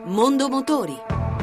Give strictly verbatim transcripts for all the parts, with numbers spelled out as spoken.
Mondo Motori.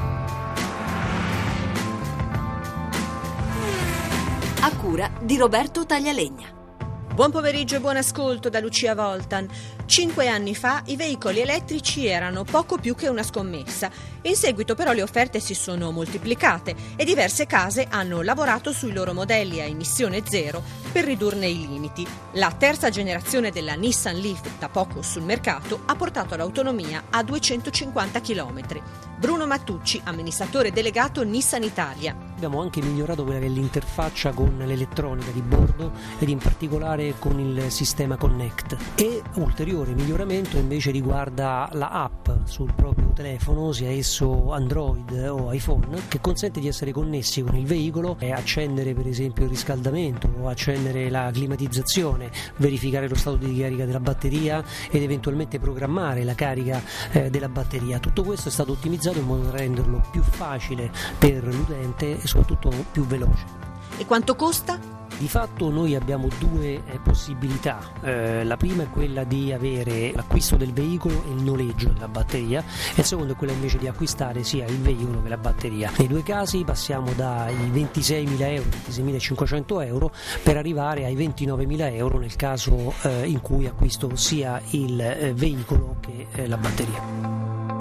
A cura di Roberto Taglialegna. Buon pomeriggio e buon ascolto da Lucia Voltan. Cinque anni fa i veicoli elettrici erano poco più che una scommessa. In seguito però le offerte si sono moltiplicate e diverse case hanno lavorato sui loro modelli a emissione zero per ridurne i limiti. La terza generazione della Nissan Leaf, da poco sul mercato, ha portato l'autonomia a duecentocinquanta chilometri. Bruno Mattucci, amministratore delegato Nissan Italia. Abbiamo anche migliorato quella che è l'interfaccia con l'elettronica di bordo ed in particolare con il sistema Connect, e ulteriore miglioramento invece riguarda la app sul proprio telefono, sia esso Android o iPhone, che consente di essere connessi con il veicolo e accendere per esempio il riscaldamento o accendere la climatizzazione, verificare lo stato di carica della batteria ed eventualmente programmare la carica eh, della batteria. Tutto questo è stato ottimizzato in modo da renderlo più facile per l'utente e soprattutto più veloce. E quanto costa? Di fatto noi abbiamo due eh, possibilità. Eh, la prima è quella di avere l'acquisto del veicolo e il noleggio della batteria, e il secondo è quella invece di acquistare sia il veicolo che la batteria. Nei due casi passiamo dai ventiseimila euro, ventiseimilacinquecento euro, per arrivare ai ventinovemila euro nel caso eh, in cui acquisto sia il eh, veicolo che eh, la batteria.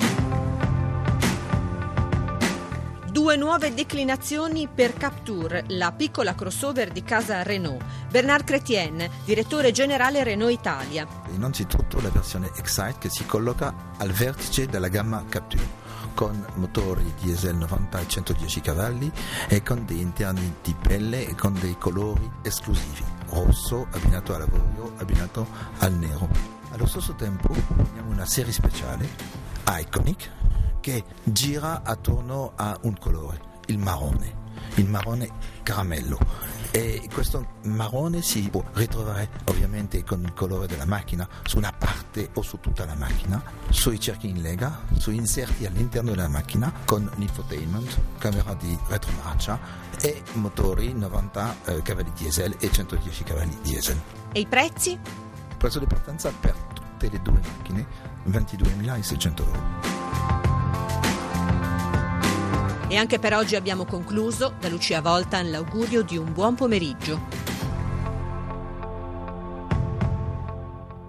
Due nuove declinazioni per Captur, la piccola crossover di casa Renault. Bernard Chrétien, direttore generale Renault Italia. Innanzitutto la versione Excite, che si colloca al vertice della gamma Captur, con motori diesel novanta e centodieci cavalli e con dei interni di pelle e con dei colori esclusivi: rosso abbinato all'avorio abbinato al nero. Allo stesso tempo abbiamo una serie speciale Iconic che gira attorno a un colore, il marrone, il marrone caramello, e questo marrone si può ritrovare ovviamente con il colore della macchina su una parte o su tutta la macchina, sui cerchi in lega, su inserti all'interno della macchina, con l'infotainment, camera di retromarcia e motori novanta eh, cavalli diesel e centodieci cavalli diesel. E i prezzi? Il prezzo di partenza per tutte le due macchine ventiduemilaseicento euro. E anche per oggi abbiamo concluso. Da Lucia Voltan l'augurio di un buon pomeriggio.